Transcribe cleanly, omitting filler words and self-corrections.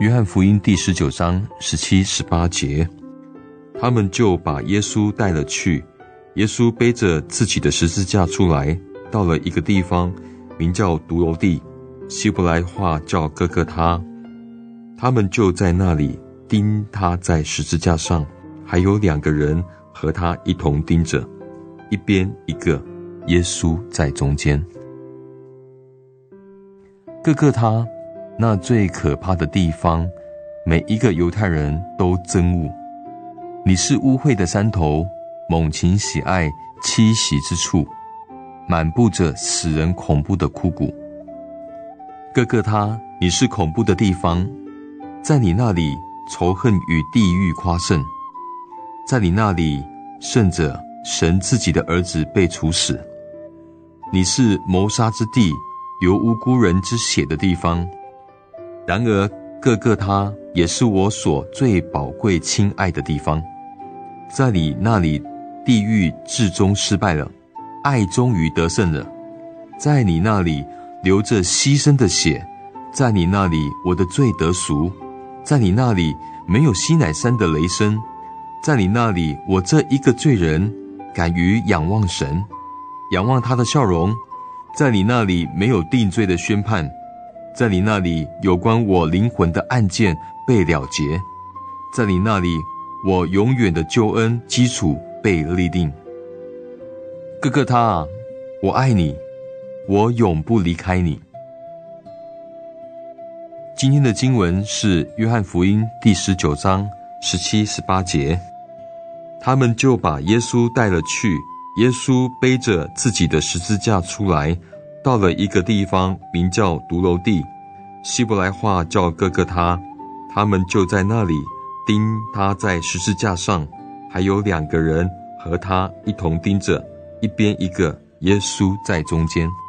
约翰福音第19章17、18节，他们就把耶稣带了去。耶稣背着自己的十字架出来，到了一个地方，名叫独楼地，希伯来话叫哥哥他。他们就在那里钉他在十字架上，还有2个人和他一同钉着，一边一个，耶稣在中间。哥哥他那最可怕的地方，每一个犹太人都憎恶。你是污秽的山头，猛禽喜爱栖息之处，满布着使人恐怖的枯骨。哥哥他，你是恐怖的地方，在你那里仇恨与地狱夸胜，在你那里圣者神自己的儿子被处死。你是谋杀之地，流无辜人之血的地方。然而各个他也是我所最宝贵亲爱的地方，在你那里地狱至终失败了，爱终于得胜了。在你那里流着牺牲的血，在你那里我的罪得赎，在你那里没有西乃山的雷声，在你那里我这一个罪人敢于仰望神，仰望他的笑容，在你那里没有定罪的宣判，在你那里有关我灵魂的案件被了结，在你那里我永远的救恩基础被立定。哥哥他啊，我爱你，我永不离开你。今天的经文是约翰福音第19章17、18节。他们就把耶稣带了去，耶稣背着自己的十字架出来，到了一个地方，名叫独楼地，希伯来话叫哥哥他。他们就在那里钉他在十字架上，还有2个人和他一同钉着，一边一个，耶稣在中间。